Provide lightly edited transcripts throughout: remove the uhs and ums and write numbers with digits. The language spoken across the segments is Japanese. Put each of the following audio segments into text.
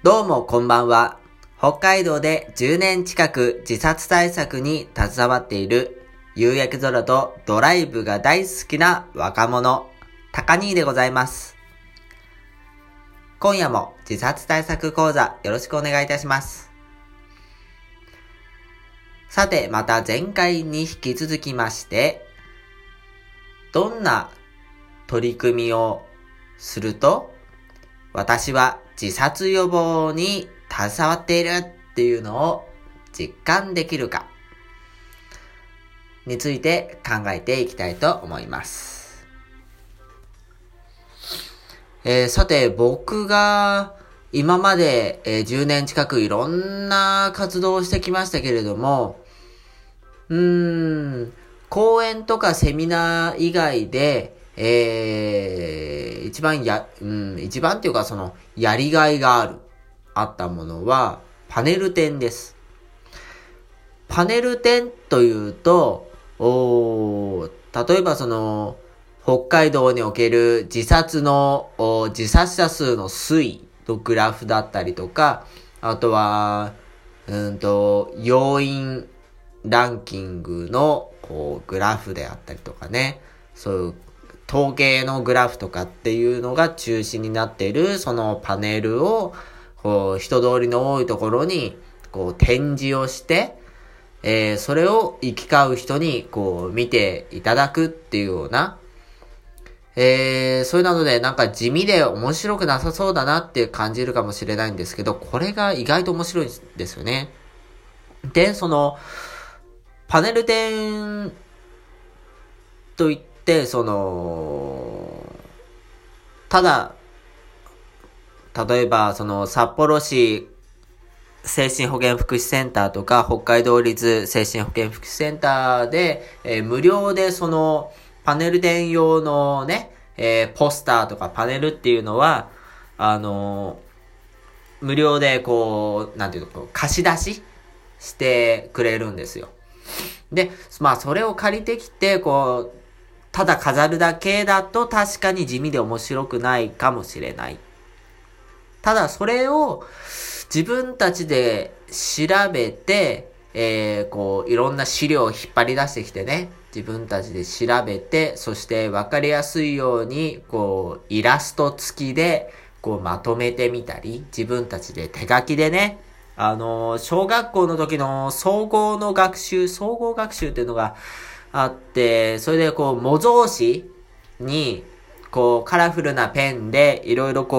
どうもこんばんは。北海道で10年近く自殺対策に携わっている夕焼け空とドライブが大好きな若者、高兄でございます。今夜も自殺対策講座よろしくお願いいたします。さて、また前回に引き続きまして、どんな取り組みをすると私は自殺予防に携わっているっていうのを実感できるかについて考えていきたいと思います。さて、僕が今まで、10年近くいろんな活動をしてきましたけれども、講演とかセミナー以外で一番っていうかやりがいがあったものは、パネル展です。パネル展というと、例えば北海道における自殺者数の推移のグラフだったりとか、あとは、要因ランキングのグラフであったりとかね、そういう統計のグラフとかっていうのが中心になっているそのパネルを人通りの多いところに展示をして、それを行き交う人に見ていただくっていうような、それなのでなんか地味で面白くなさそうだなって感じるかもしれないんですけど、これが意外と面白いですよね。で、パネル展といってただ、例えば札幌市精神保健福祉センターとか北海道立精神保健福祉センターで、無料でパネル展用のね、ポスターとかパネルっていうのは無料で貸し出ししてくれるんですよ。で、それを借りてきてただ飾るだけだと確かに地味で面白くないかもしれない。ただそれを自分たちで調べて、いろんな資料を引っ張り出してきてね、自分たちで調べて、そしてわかりやすいようにイラスト付きでまとめてみたり、自分たちで手書きでね、小学校の時の総合学習っていうのがあって、それで模造紙にカラフルなペンでいろいろ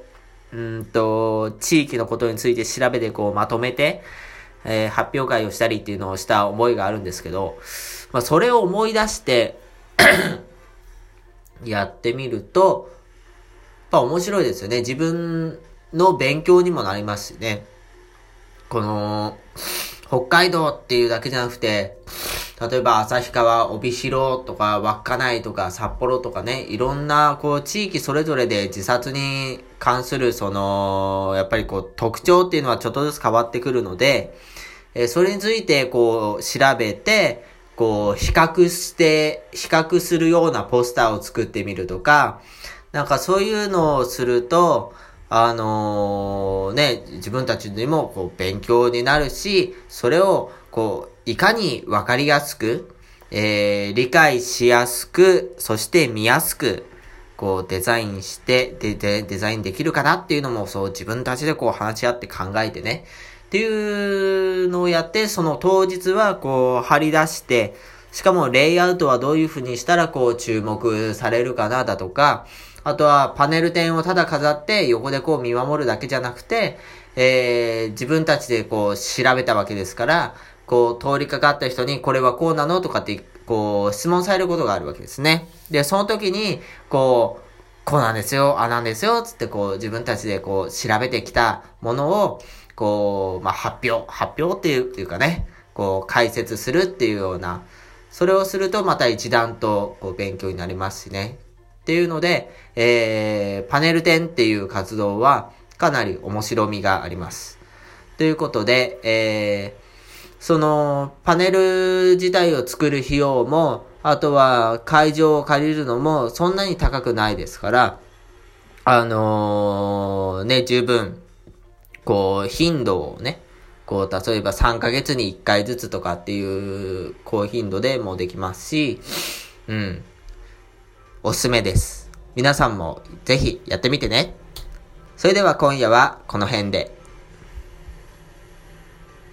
地域のことについて調べてまとめて、発表会をしたりっていうのをした思いがあるんですけど、それを思い出してやってみるとやっぱ面白いですよね。自分の勉強にもなりますしね。北海道っていうだけじゃなくて、例えば旭川、帯広とか稚内とか札幌とかね、いろんな地域それぞれで自殺に関するやっぱり特徴っていうのはちょっとずつ変わってくるので、それについて調べて比較するようなポスターを作ってみるとか、なんかそういうのをすると自分たちにも勉強になるし、それをいかにわかりやすく、理解しやすく、そして見やすくデザインできるかなっていうのも自分たちで話し合って考えてねっていうのをやって、その当日は貼り出して、しかもレイアウトはどういう風にしたら注目されるかなだとか、あとはパネル展をただ飾って横で見守るだけじゃなくて、自分たちで調べたわけですから、通りかかった人にこれはこうなのとかって質問されることがあるわけですね。で、その時にこうなんですよ、なんですよつって自分たちで調べてきたものを発表っていうかね、解説するっていうような、それをするとまた一段と勉強になりますしね。っていうので、パネル展っていう活動はかなり面白みがあります。ということで、パネル自体を作る費用も、あとは会場を借りるのもそんなに高くないですから、十分こう、頻度をね、こう、例えば3ヶ月に1回ずつとかっていう、こう、頻度でもできますし、おすすめです。皆さんもぜひやってみてね。それでは今夜はこの辺で。